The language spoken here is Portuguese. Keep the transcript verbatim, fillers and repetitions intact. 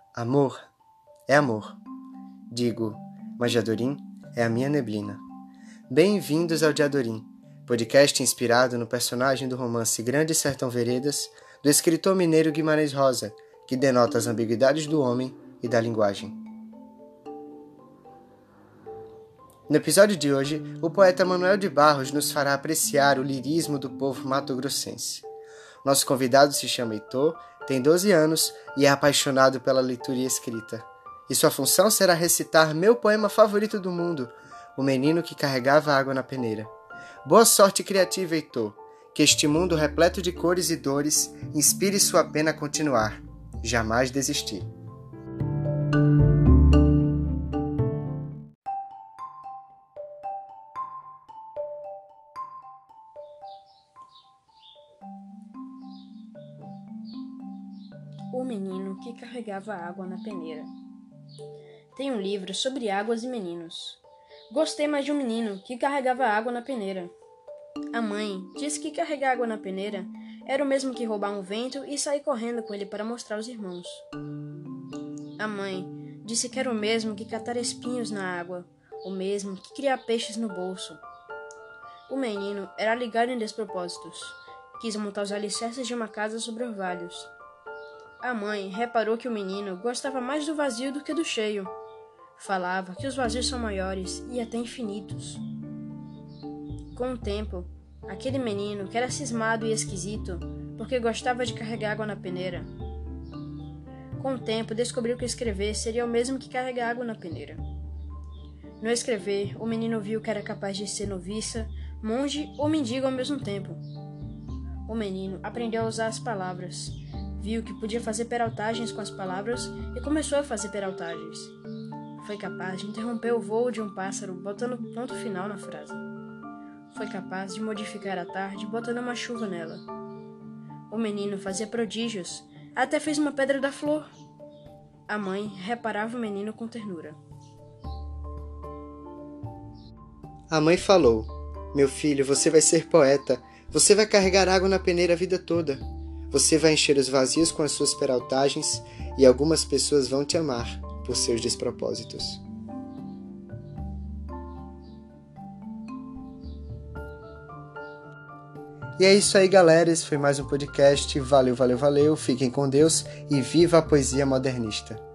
Amor é amor. Digo, mas Diadorim é a minha neblina. Bem-vindos ao Diadorim, podcast inspirado no personagem do romance Grande Sertão Veredas, do escritor mineiro Guimarães Rosa, que denota as ambiguidades do homem e da linguagem. No episódio de hoje, o poeta Manuel de Barros nos fará apreciar o lirismo do povo mato-grossense. Nosso convidado se chama Heitor, tem doze anos e é apaixonado pela leitura e escrita. E sua função será recitar meu poema favorito do mundo, O Menino que Carregava Água na Peneira. Boa sorte criativa, Heitor, que este mundo repleto de cores e dores inspire sua pena a continuar, jamais desistir. O menino que carregava água na peneira. Tem um livro sobre águas e meninos. Gostei mais de um menino que carregava água na peneira. A mãe disse que carregar água na peneira era o mesmo que roubar um vento e sair correndo com ele para mostrar aos irmãos. A mãe disse que era o mesmo que catar espinhos na água, o mesmo que criar peixes no bolso. O menino era ligado em despropósitos. Quis montar os alicerces de uma casa sobre orvalhos. A mãe reparou que o menino gostava mais do vazio do que do cheio. Falava que os vazios são maiores e até infinitos. Com o tempo, aquele menino, que era cismado e esquisito, porque gostava de carregar água na peneira, com o tempo descobriu que escrever seria o mesmo que carregar água na peneira. No escrever, o menino viu que era capaz de ser noviça, monge ou mendigo ao mesmo tempo. O menino aprendeu a usar as palavras. Viu que podia fazer peraltagens com as palavras e começou a fazer peraltagens. Foi capaz de interromper o voo de um pássaro botando ponto final na frase. Foi capaz de modificar a tarde botando uma chuva nela. O menino fazia prodígios, até fez uma pedra da flor. A mãe reparava o menino com ternura. A mãe falou: "Meu filho, você vai ser poeta. Você vai carregar água na peneira a vida toda. Você vai encher os vazios com as suas peraltagens e algumas pessoas vão te amar por seus despropósitos." E é isso aí, galera. Esse foi mais um podcast. Valeu, valeu, valeu. Fiquem com Deus e viva a poesia modernista.